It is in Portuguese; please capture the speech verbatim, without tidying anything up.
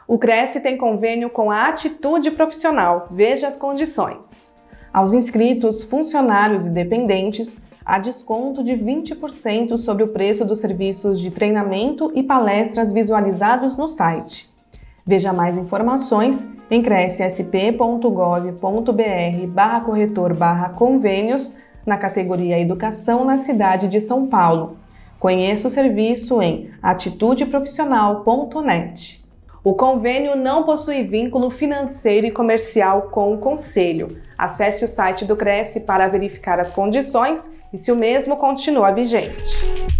O Cresce tem convênio com a Atitude Profissional. Veja as condições. Aos inscritos, funcionários e dependentes, há desconto de vinte por cento sobre o preço dos serviços de treinamento e palestras visualizados no site. Veja mais informações em crescsp.gov.br barra corretor barra convênios na categoria Educação na cidade de São Paulo. Conheça o serviço em atitude profissional ponto net. O convênio não possui vínculo financeiro e comercial com o Conselho. Acesse o site do Cresce para verificar as condições e se o mesmo continua vigente.